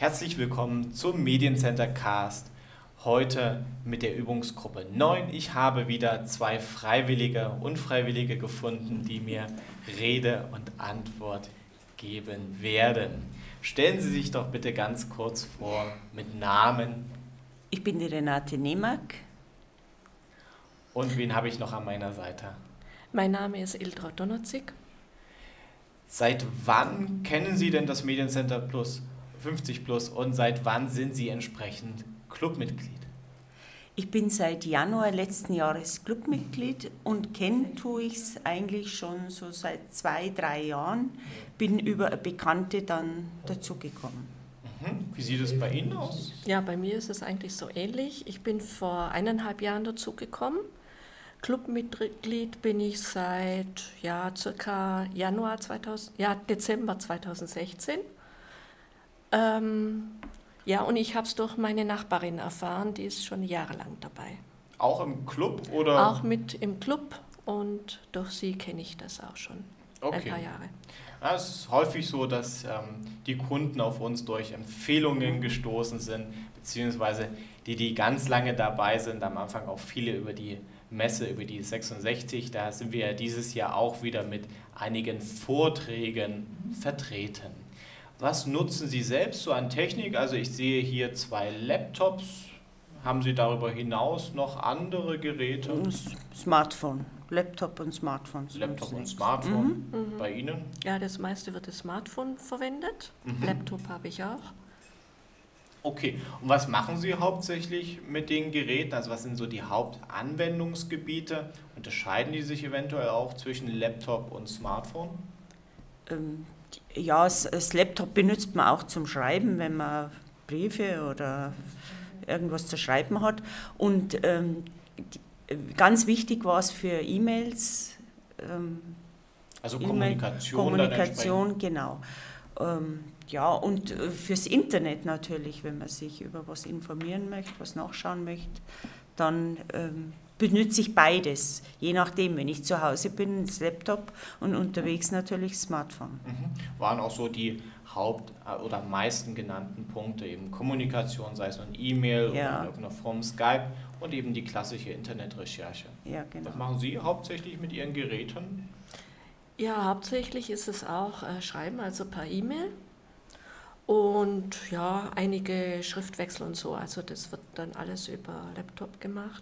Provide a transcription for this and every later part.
Herzlich willkommen zum Mediencenter Cast. Heute mit der Übungsgruppe 9. Ich habe wieder 2 Freiwillige und Unfreiwillige gefunden, die mir Rede und Antwort geben werden. Stellen Sie sich doch bitte ganz kurz vor mit Namen. Ich bin die Renate Nehmark. Und wen habe ich noch an meiner Seite? Mein Name ist Iltra Donnerzig. Seit wann kennen Sie denn das Mediencenter Plus 50 Plus und seit wann sind Sie entsprechend Clubmitglied? Ich bin seit Januar letzten Jahres Clubmitglied und kennen tue ich es eigentlich schon so seit 2-3 Jahren. Bin über eine Bekannte dann dazugekommen. Wie sieht es bei Ihnen aus? Ja, bei mir ist es eigentlich so ähnlich. Ich bin vor 1,5 Jahren dazugekommen. Clubmitglied bin ich seit circa Dezember 2016. Und ich habe es durch meine Nachbarin erfahren, die ist schon jahrelang dabei. Auch im Club oder? Auch mit im Club und durch sie kenne ich das auch schon ein paar Jahre. Ja, es ist häufig so, dass die Kunden auf uns durch Empfehlungen gestoßen sind, beziehungsweise die ganz lange dabei sind, am Anfang auch viele über die Messe, über die 66. Da sind wir ja dieses Jahr auch wieder mit einigen Vorträgen vertreten. Was nutzen Sie selbst so an Technik? Also ich sehe hier 2 Laptops. Haben Sie darüber hinaus noch andere Geräte? Smartphone, Laptop und Smartphone. Laptop und Smartphone bei Ihnen? Ja, das meiste wird das Smartphone verwendet. Laptop habe ich auch. Okay, und was machen Sie hauptsächlich mit den Geräten? Also was sind so die Hauptanwendungsgebiete? Unterscheiden die sich eventuell auch zwischen Laptop und Smartphone? Ja, das Laptop benutzt man auch zum Schreiben, wenn man Briefe oder irgendwas zu schreiben hat. Und ganz wichtig war es für E-Mails. Also Kommunikation, genau. Und fürs Internet natürlich, wenn man sich über was informieren möchte, was nachschauen möchte, dann benutze ich beides. Je nachdem, wenn ich zu Hause bin, das Laptop und unterwegs natürlich das Smartphone. Waren auch so die oder am meisten genannten Punkte eben Kommunikation, sei es nun E-Mail oder in irgendeiner Form Skype und eben die klassische Internetrecherche. Ja, genau. Was machen Sie hauptsächlich mit Ihren Geräten? Ja, hauptsächlich ist es auch Schreiben, also per E-Mail. Und ja, einige Schriftwechsel und so, also das wird dann alles über Laptop gemacht.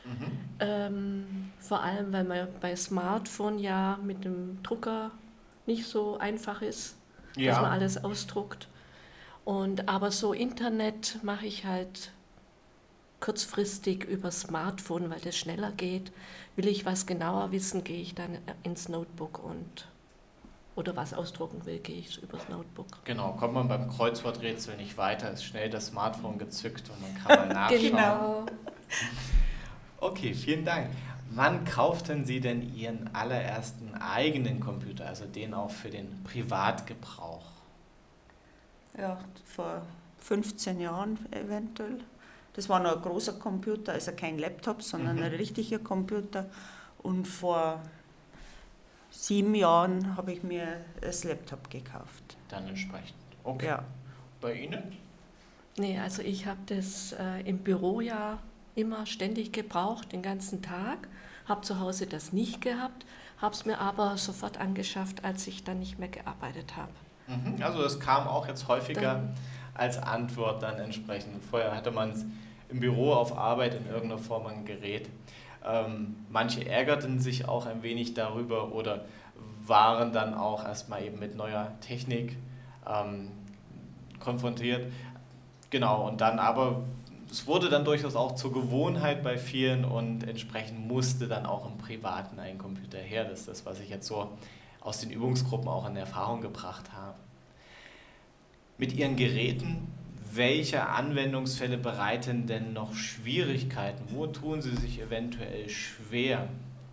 Vor allem, weil man bei Smartphone ja mit dem Drucker nicht so einfach ist, dass man alles ausdruckt. Aber so Internet mache ich halt kurzfristig über Smartphone, weil das schneller geht. Will ich was genauer wissen, gehe ich dann ins Notebook oder was ausdrucken will, gehe ich übers Notebook. Genau, kommt man beim Kreuzworträtsel nicht weiter, ist schnell das Smartphone gezückt und dann kann man nachschauen. Genau. Okay, vielen Dank. Wann kauften Sie denn Ihren allerersten eigenen Computer, also den auch für den Privatgebrauch? Ja, vor 15 Jahren eventuell. Das war noch ein großer Computer, also kein Laptop, sondern ein richtiger Computer. Und vor 7 Jahren habe ich mir das Laptop gekauft. Dann entsprechend. Okay. Ja. Bei Ihnen? Nee, also ich habe das im Büro ja immer ständig gebraucht, den ganzen Tag. Habe zu Hause das nicht gehabt, habe es mir aber sofort angeschafft, als ich dann nicht mehr gearbeitet habe. Also das kam auch jetzt häufiger als Antwort dann entsprechend. Vorher hatte man es im Büro auf Arbeit in irgendeiner Form ein Gerät. Manche ärgerten sich auch ein wenig darüber oder waren dann auch erstmal eben mit neuer Technik konfrontiert. Genau, und dann aber, es wurde dann durchaus auch zur Gewohnheit bei vielen und entsprechend musste dann auch im Privaten ein Computer her. Das ist das, was ich jetzt so aus den Übungsgruppen auch in Erfahrung gebracht habe. Mit Ihren Geräten, welche Anwendungsfälle bereiten denn noch Schwierigkeiten? Wo tun Sie sich eventuell schwer?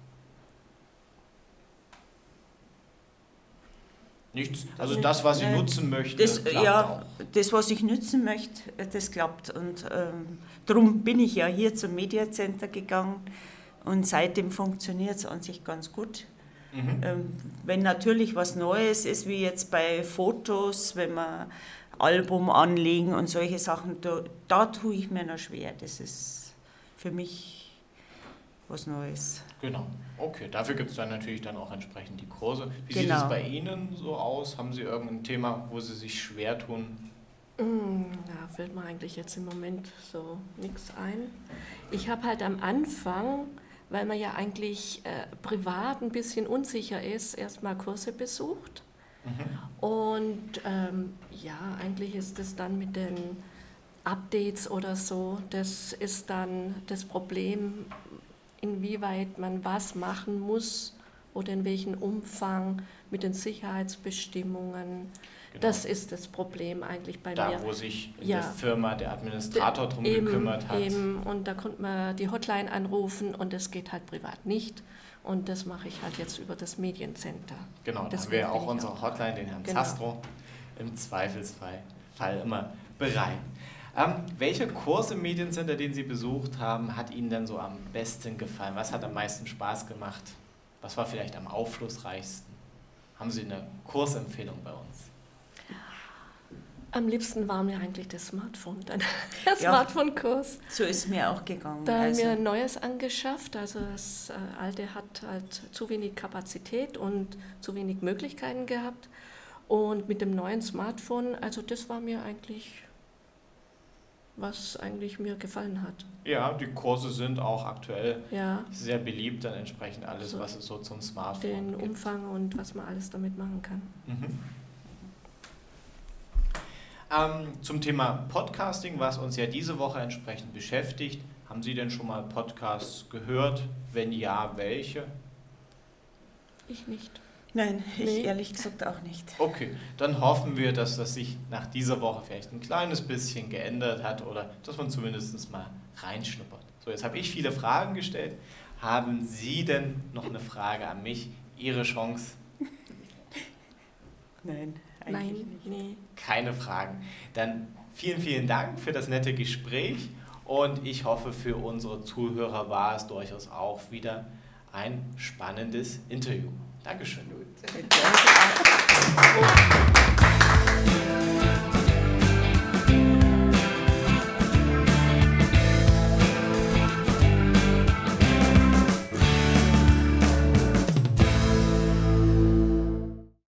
Nichts, also das, was Sie nutzen möchten, klappt auch. Das, was ich nutzen möchte, das klappt. Und darum bin ich ja hier zum Media Center gegangen und seitdem funktioniert es an sich ganz gut. Wenn natürlich was Neues ist, wie jetzt bei Fotos, wenn man Album anlegen und solche Sachen, da tue ich mir noch schwer. Das ist für mich was Neues. Genau, okay. Dafür gibt es dann natürlich dann auch entsprechend die Kurse. Wie sieht Genau. es bei Ihnen so aus? Haben Sie irgendein Thema, wo Sie sich schwer tun? Da fällt mir eigentlich jetzt im Moment so nichts ein. Ich habe halt am Anfang, weil man ja eigentlich privat ein bisschen unsicher ist, erstmal Kurse besucht. Und ja, eigentlich ist es dann mit den Updates oder so, das ist dann das Problem, inwieweit man was machen muss oder in welchem Umfang mit den Sicherheitsbestimmungen. Genau. Das ist das Problem eigentlich bei mir. Da, wo sich in der Firma der Administrator drum gekümmert hat. Und da konnte man die Hotline anrufen und das geht halt privat nicht. Und das mache ich halt jetzt über das Mediencenter. Genau, da haben wir ja auch unsere Hotline, den Herrn Zastro, im Zweifelsfall immer bereit. Welcher Kurs im Mediencenter, den Sie besucht haben, hat Ihnen denn so am besten gefallen? Was hat am meisten Spaß gemacht? Was war vielleicht am aufschlussreichsten? Haben Sie eine Kursempfehlung bei uns? Am liebsten war mir eigentlich das Smartphone, dann der Smartphone-Kurs. So ist mir auch gegangen. Da haben wir ein neues angeschafft, also das alte hat halt zu wenig Kapazität und zu wenig Möglichkeiten gehabt. Und mit dem neuen Smartphone, also das war mir eigentlich, was eigentlich mir gefallen hat. Ja, die Kurse sind auch aktuell sehr beliebt, dann entsprechend alles, so, was es so zum Smartphone den gibt. Umfang und was man alles damit machen kann. Zum Thema Podcasting, was uns ja diese Woche entsprechend beschäftigt. Haben Sie denn schon mal Podcasts gehört? Wenn ja, welche? Ich nicht. Nein, ich ehrlich gesagt auch nicht. Okay, dann hoffen wir, dass das sich nach dieser Woche vielleicht ein kleines bisschen geändert hat oder dass man zumindest mal reinschnuppert. So, jetzt habe ich viele Fragen gestellt. Haben Sie denn noch eine Frage an mich? Ihre Chance? Nein. Nein, nee. Keine Fragen. Dann vielen, vielen Dank für das nette Gespräch und ich hoffe, für unsere Zuhörer war es durchaus auch wieder ein spannendes Interview. Dankeschön. Danke.